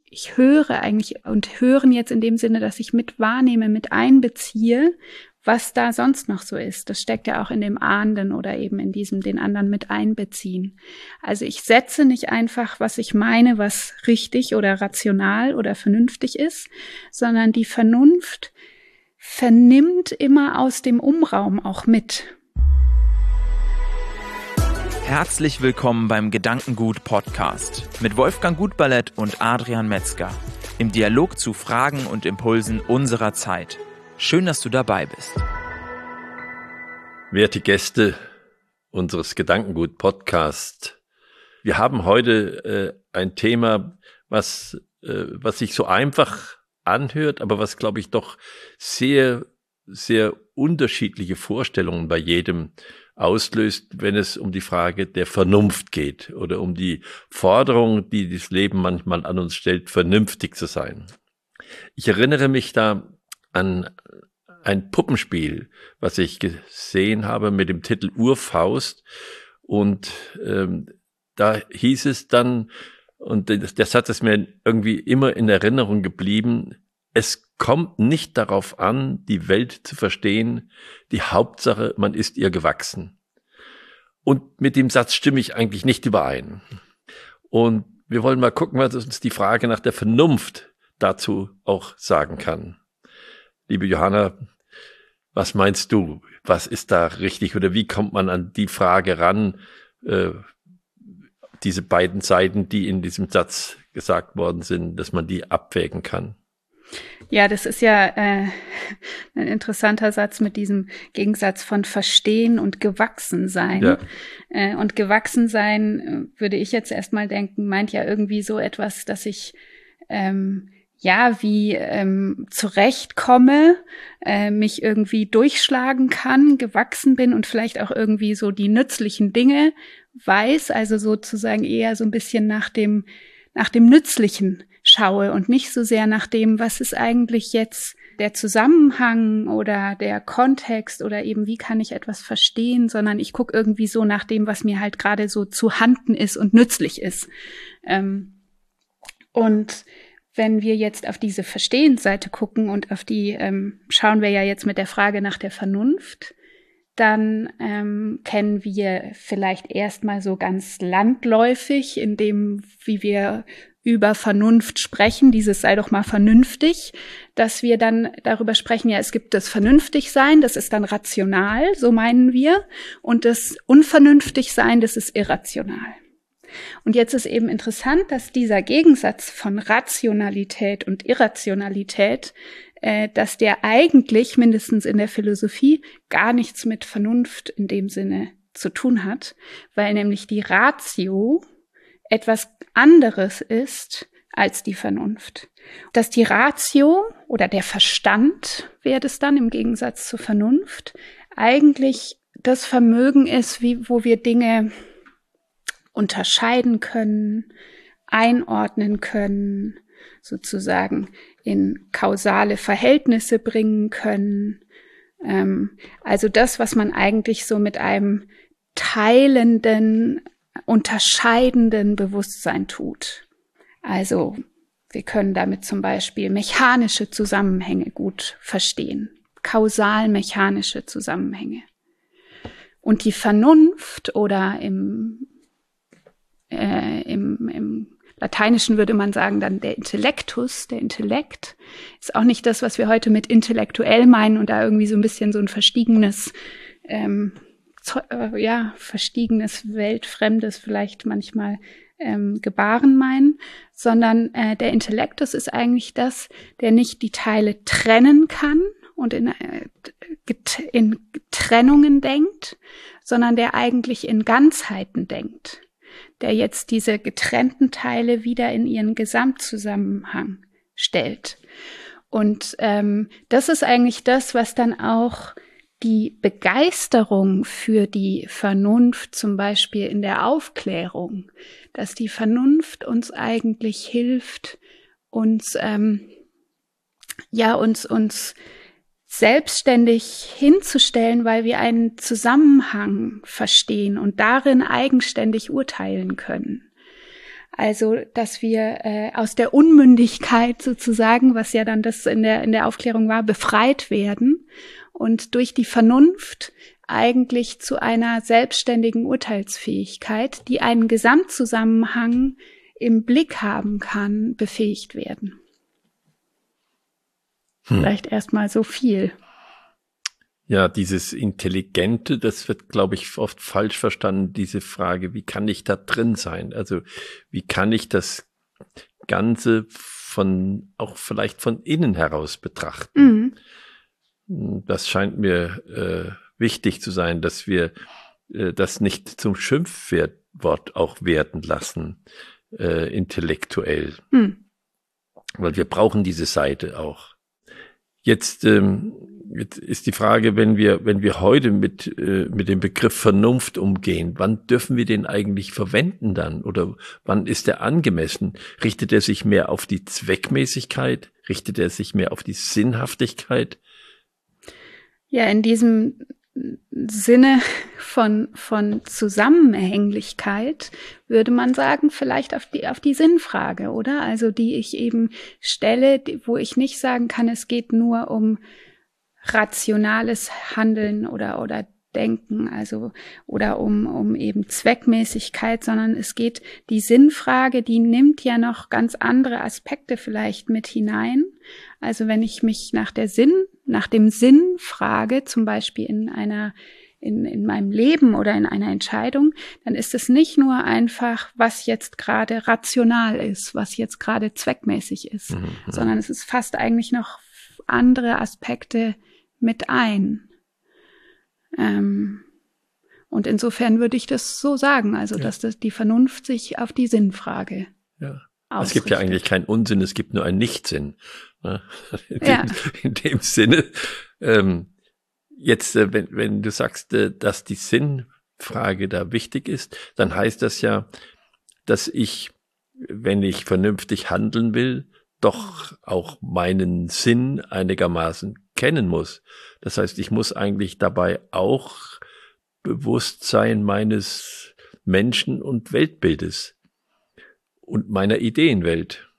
ich höre eigentlich, und hören jetzt in dem Sinne, dass ich mit wahrnehme, mit einbeziehe, was da sonst noch so ist. Das steckt ja auch in dem Ahnden oder eben in diesem den anderen mit einbeziehen. Also ich setze nicht einfach, was ich meine, was richtig oder rational oder vernünftig ist, sondern die Vernunft vernimmt immer aus dem Umraum auch mit. Herzlich willkommen beim Gedankengut-Podcast mit Wolfgang Gutballett und Adrian Metzger im Dialog zu Fragen und Impulsen unserer Zeit. Schön, dass du dabei bist. Werte Gäste unseres Gedankengut-Podcasts, wir haben heute ein Thema, was sich so einfach anhört, aber was, glaube ich, doch sehr, sehr unterschiedliche Vorstellungen bei jedem auslöst, wenn es um die Frage der Vernunft geht oder um die Forderung, die das Leben manchmal an uns stellt, vernünftig zu sein. Ich erinnere mich da an ein Puppenspiel, was ich gesehen habe mit dem Titel Urfaust, und da hieß es dann, und der Satz ist mir irgendwie immer in Erinnerung geblieben: Es kommt nicht darauf an, die Welt zu verstehen, die Hauptsache, man ist ihr gewachsen. Und mit dem Satz stimme ich eigentlich nicht überein. Und wir wollen mal gucken, was uns die Frage nach der Vernunft dazu auch sagen kann. Liebe Johanna, was meinst du? Was ist da richtig, oder wie kommt man an die Frage ran, diese beiden Seiten, die in diesem Satz gesagt worden sind, dass man die abwägen kann? Ja, das ist ja ein interessanter Satz mit diesem Gegensatz von Verstehen und Gewachsensein. Ja. Und Gewachsensein, würde ich jetzt erstmal denken, meint ja irgendwie so etwas, dass ich zurechtkomme, mich irgendwie durchschlagen kann, gewachsen bin und vielleicht auch irgendwie so die nützlichen Dinge weiß, also sozusagen eher so ein bisschen nach dem Nützlichen schaue und nicht so sehr nach dem, was ist eigentlich jetzt der Zusammenhang oder der Kontext oder eben wie kann ich etwas verstehen, sondern ich gucke irgendwie so nach dem, was mir halt gerade so zu Handen ist und nützlich ist. Und wenn wir jetzt auf diese Verstehensseite gucken und auf die schauen wir ja jetzt mit der Frage nach der Vernunft, dann kennen wir vielleicht erstmal so ganz landläufig in dem, wie wir über Vernunft sprechen, dieses sei doch mal vernünftig, dass wir dann darüber sprechen, ja, es gibt das Vernünftigsein, das ist dann rational, so meinen wir, und das Unvernünftigsein, das ist irrational. Und jetzt ist eben interessant, dass dieser Gegensatz von Rationalität und Irrationalität, dass der eigentlich, mindestens in der Philosophie, gar nichts mit Vernunft in dem Sinne zu tun hat, weil nämlich die Ratio etwas anderes ist als die Vernunft. Dass die Ratio oder der Verstand, wäre das dann im Gegensatz zur Vernunft, eigentlich das Vermögen ist, wo wir Dinge unterscheiden können, einordnen können, sozusagen in kausale Verhältnisse bringen können. Also das, was man eigentlich so mit einem teilenden, unterscheidenden Bewusstsein tut. Also wir können damit zum Beispiel mechanische Zusammenhänge gut verstehen, kausal-mechanische Zusammenhänge. Und die Vernunft oder im Lateinischen würde man sagen dann der Intellektus, der Intellekt, ist auch nicht das, was wir heute mit intellektuell meinen und da irgendwie so ein bisschen so ein verstiegenes, weltfremdes vielleicht manchmal Gebaren meinen, sondern der Intellektus ist eigentlich das, der nicht die Teile trennen kann und in Trennungen denkt, sondern der eigentlich in Ganzheiten denkt, der jetzt diese getrennten Teile wieder in ihren Gesamtzusammenhang stellt. Und das ist eigentlich das, was dann auch die Begeisterung für die Vernunft zum Beispiel in der Aufklärung, dass die Vernunft uns eigentlich hilft, uns selbstständig hinzustellen, weil wir einen Zusammenhang verstehen und darin eigenständig urteilen können. Also, dass wir aus der Unmündigkeit sozusagen, was ja dann das in der Aufklärung war, befreit werden und durch die Vernunft eigentlich zu einer selbstständigen Urteilsfähigkeit, die einen Gesamtzusammenhang im Blick haben kann, befähigt werden. Vielleicht erstmal so viel. Ja, dieses Intelligente, das wird, glaube ich, oft falsch verstanden, diese Frage, wie kann ich da drin sein? Also, wie kann ich das Ganze auch vielleicht von innen heraus betrachten? Das scheint mir wichtig zu sein, dass wir das nicht zum Schimpfwort auch werden lassen, intellektuell. Weil wir brauchen diese Seite auch. Jetzt ist die Frage, wenn wir heute mit dem Begriff Vernunft umgehen, wann dürfen wir den eigentlich verwenden dann? Oder wann ist er angemessen? Richtet er sich mehr auf die Zweckmäßigkeit? Richtet er sich mehr auf die Sinnhaftigkeit? Ja, in diesem Sinne von Zusammenhänglichkeit würde man sagen, vielleicht auf die Sinnfrage, oder? Also die ich eben stelle, wo ich nicht sagen kann, es geht nur um rationales Handeln oder Denken, also oder um eben Zweckmäßigkeit, sondern es geht, die Sinnfrage, die nimmt ja noch ganz andere Aspekte vielleicht mit hinein. Also wenn ich mich nach dem Sinn frage, zum Beispiel in meinem Leben oder in einer Entscheidung, dann ist es nicht nur einfach, was jetzt gerade rational ist, was jetzt gerade zweckmäßig ist, sondern es ist fast eigentlich noch andere Aspekte mit ein. Und insofern würde ich das so sagen, also dass die Vernunft sich auf die Sinnfrage ausrichtet. Es gibt ja eigentlich keinen Unsinn, es gibt nur einen Nichtsinn. In dem Sinne. Jetzt, wenn du sagst, dass die Sinnfrage da wichtig ist, dann heißt das ja, dass ich, wenn ich vernünftig handeln will, doch auch meinen Sinn einigermaßen kennen muss. Das heißt, ich muss eigentlich dabei auch Bewusstsein meines Menschen- und Weltbildes und meiner Ideenwelt.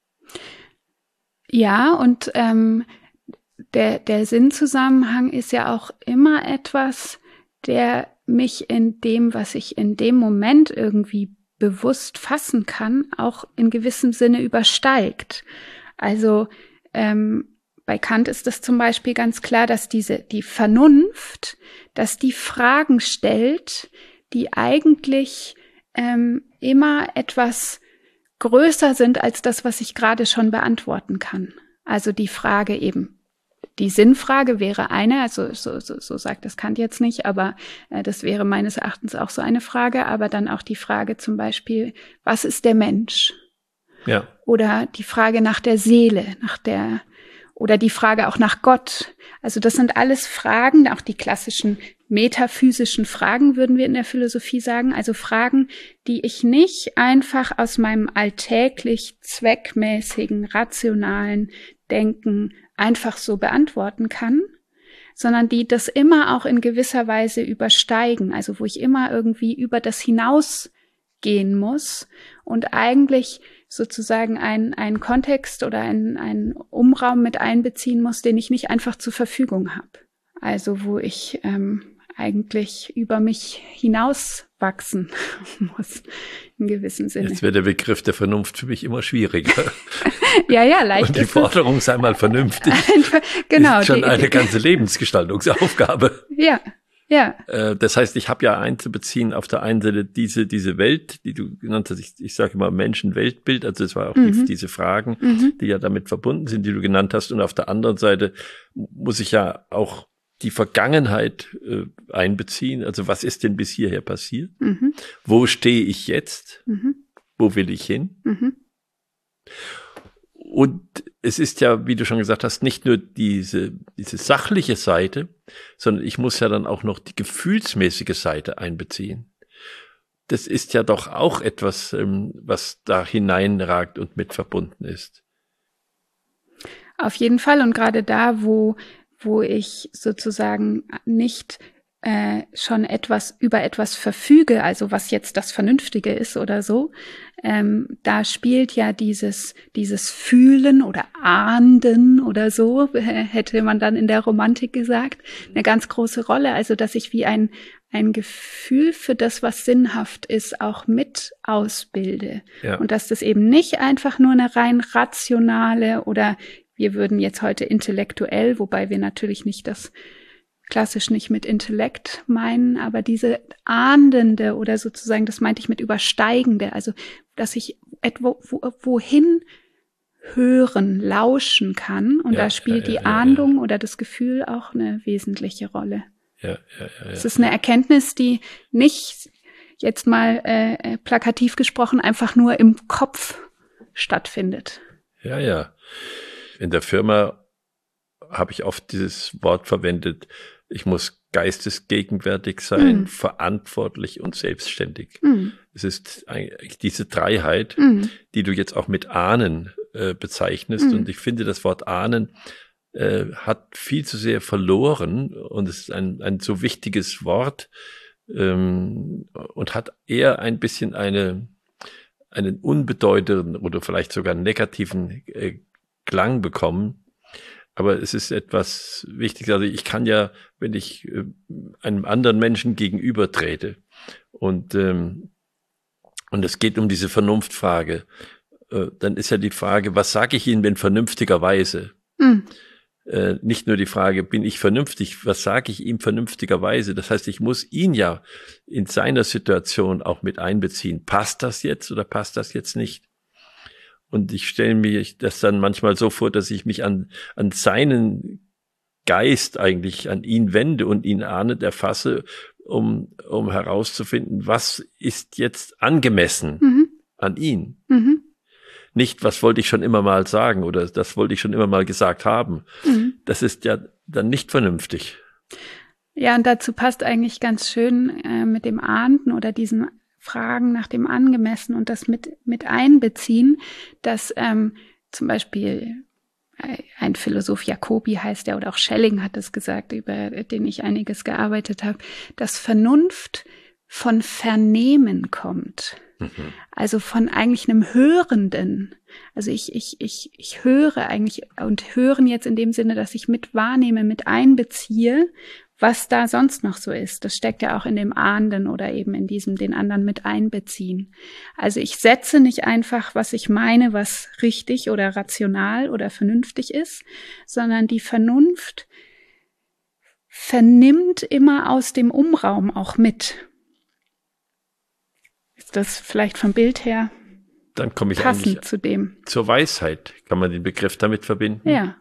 Ja, und der Sinnzusammenhang ist ja auch immer etwas, der mich in dem, was ich in dem Moment irgendwie bewusst fassen kann, auch in gewissem Sinne übersteigt. Also bei Kant ist es zum Beispiel ganz klar, dass die Vernunft, dass die Fragen stellt, die eigentlich immer etwas größer sind als das, was ich gerade schon beantworten kann. Also die Frage eben, die Sinnfrage wäre eine, also so sagt das Kant jetzt nicht, aber das wäre meines Erachtens auch so eine Frage, aber dann auch die Frage zum Beispiel, was ist der Mensch? Ja. Oder die Frage nach der Seele, oder die Frage auch nach Gott. Also das sind alles Fragen, auch die klassischen metaphysischen Fragen, würden wir in der Philosophie sagen. Also Fragen, die ich nicht einfach aus meinem alltäglich zweckmäßigen, rationalen Denken einfach so beantworten kann, sondern die das immer auch in gewisser Weise übersteigen. Also wo ich immer irgendwie über das hinausgehen muss und eigentlich sozusagen einen Kontext oder einen Umraum mit einbeziehen muss, den ich nicht einfach zur Verfügung habe. Also wo ich eigentlich über mich hinauswachsen muss, in gewissem Sinne. Jetzt wird der Begriff der Vernunft für mich immer schwieriger. Ja, leicht. Und die Forderung, sei mal vernünftig, genau, ist schon eine ganze Lebensgestaltungsaufgabe. Ja. Das heißt, ich habe ja einzubeziehen auf der einen Seite diese Welt, die du genannt hast, ich sage immer Menschen-Weltbild, also es war auch diese Fragen, die ja damit verbunden sind, die du genannt hast. Und auf der anderen Seite muss ich ja auch die Vergangenheit einbeziehen. Also was ist denn bis hierher passiert? Wo stehe ich jetzt? Wo will ich hin? Und es ist ja, wie du schon gesagt hast, nicht nur diese sachliche Seite, sondern ich muss ja dann auch noch die gefühlsmäßige Seite einbeziehen. Das ist ja doch auch etwas, was da hineinragt und mit verbunden ist. Auf jeden Fall. Und gerade da, wo ich sozusagen nicht schon über etwas verfüge, also was jetzt das Vernünftige ist oder so, da spielt ja dieses Fühlen oder Ahnden oder so, hätte man dann in der Romantik gesagt, eine ganz große Rolle. Also dass ich wie ein Gefühl für das, was sinnhaft ist, auch mit ausbilde. Ja. Und dass das eben nicht einfach nur eine rein rationale oder wir würden jetzt heute intellektuell, wobei wir natürlich nicht das klassisch nicht mit Intellekt meinen, aber diese ahndende oder sozusagen, das meinte ich mit übersteigende, also dass ich wohin hören, lauschen kann und da spielt die Ahndung oder das Gefühl auch eine wesentliche Rolle. Ja. Es ist eine Erkenntnis, die nicht jetzt mal plakativ gesprochen einfach nur im Kopf stattfindet. Ja. In der Firma habe ich oft dieses Wort verwendet, ich muss geistesgegenwärtig sein, verantwortlich und selbstständig. Es ist eigentlich diese Dreiheit, die du jetzt auch mit Ahnen bezeichnest. Und ich finde, das Wort Ahnen hat viel zu sehr verloren und es ist ein so wichtiges Wort und hat eher ein bisschen einen unbedeutenden oder vielleicht sogar negativen Klang bekommen. Aber es ist etwas Wichtiges. Also ich kann ja, wenn ich einem anderen Menschen gegenüber trete und es geht um diese Vernunftfrage, dann ist ja die Frage, was sage ich Ihnen denn vernünftigerweise? Nicht nur die Frage, bin ich vernünftig, was sage ich ihm vernünftigerweise? Das heißt, ich muss ihn ja in seiner Situation auch mit einbeziehen. Passt das jetzt oder passt das jetzt nicht? Und ich stelle mir das dann manchmal so vor, dass ich mich an seinen Geist eigentlich, an ihn wende und ihn ahnend erfasse, um herauszufinden, was ist jetzt angemessen an ihn. Nicht, was wollte ich schon immer mal sagen oder das wollte ich schon immer mal gesagt haben. Das ist ja dann nicht vernünftig. Ja, und dazu passt eigentlich ganz schön mit dem Ahnden oder diesen Fragen nach dem Angemessen und das mit einbeziehen, dass zum Beispiel ein Philosoph, Jacobi heißt er, oder auch Schelling hat es gesagt, über den ich einiges gearbeitet habe, dass Vernunft von Vernehmen kommt. Also von eigentlich einem Hörenden. Also ich höre eigentlich und hören jetzt in dem Sinne, dass ich mit wahrnehme, mit einbeziehe, was da sonst noch so ist. Das steckt ja auch in dem Ahnden oder eben in diesem den anderen mit einbeziehen. Also ich setze nicht einfach, was ich meine, was richtig oder rational oder vernünftig ist, sondern die Vernunft vernimmt immer aus dem Umraum auch mit. Ist das vielleicht vom Bild her dann komme ich passend eigentlich zu dem? Zur Weisheit. Kann man den Begriff damit verbinden? Ja.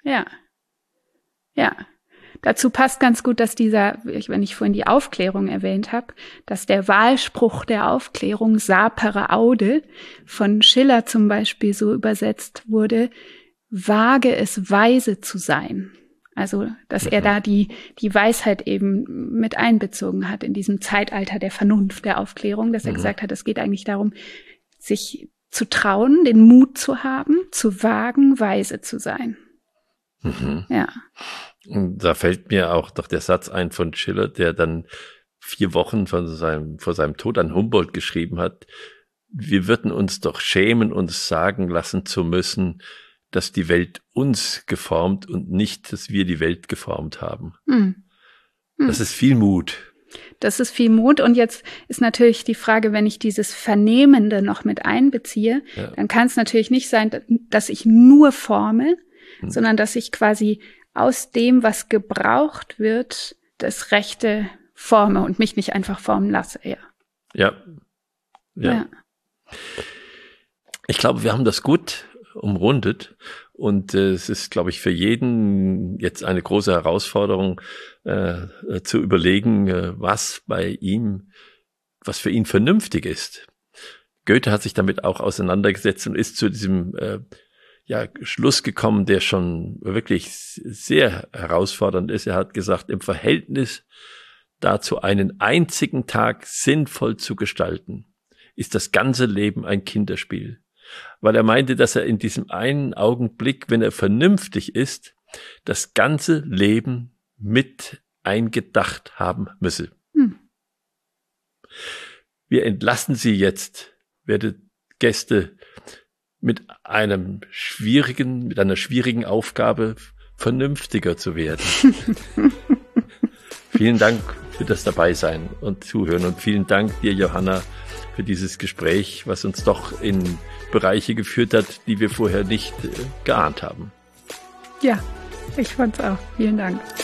Dazu passt ganz gut, dass wenn ich vorhin die Aufklärung erwähnt habe, dass der Wahlspruch der Aufklärung sapere aude von Schiller zum Beispiel so übersetzt wurde, wage es weise zu sein. Also, dass er da die Weisheit eben mit einbezogen hat in diesem Zeitalter der Vernunft, der Aufklärung, dass er gesagt hat, es geht eigentlich darum, sich zu trauen, den Mut zu haben, zu wagen, weise zu sein. Ja. Und da fällt mir auch doch der Satz ein von Schiller, der dann 4 Wochen vor seinem Tod an Humboldt geschrieben hat: Wir würden uns doch schämen, uns sagen lassen zu müssen, dass die Welt uns geformt und nicht, dass wir die Welt geformt haben. Das ist viel Mut. Das ist viel Mut. Und jetzt ist natürlich die Frage, wenn ich dieses Vernehmende noch mit einbeziehe, dann kann es natürlich nicht sein, dass ich nur forme, sondern dass ich quasi aus dem, was gebraucht wird, das Rechte forme und mich nicht einfach formen lasse. Ja. Ich glaube, wir haben das gut umrundet und es ist, glaube ich, für jeden jetzt eine große Herausforderung zu überlegen, was für ihn vernünftig ist. Goethe hat sich damit auch auseinandergesetzt und ist zu diesem Schluss gekommen, der schon wirklich sehr herausfordernd ist. Er hat gesagt, im Verhältnis dazu, einen einzigen Tag sinnvoll zu gestalten, ist das ganze Leben ein Kinderspiel. Weil er meinte, dass er in diesem einen Augenblick, wenn er vernünftig ist, das ganze Leben mit eingedacht haben müsse. Wir entlassen Sie jetzt, werte Gäste, mit einer schwierigen Aufgabe vernünftiger zu werden. Vielen Dank für das Dabeisein und Zuhören und vielen Dank dir, Johanna, für dieses Gespräch, was uns doch in Bereiche geführt hat, die wir vorher nicht geahnt haben. Ja, ich fand's auch. Vielen Dank.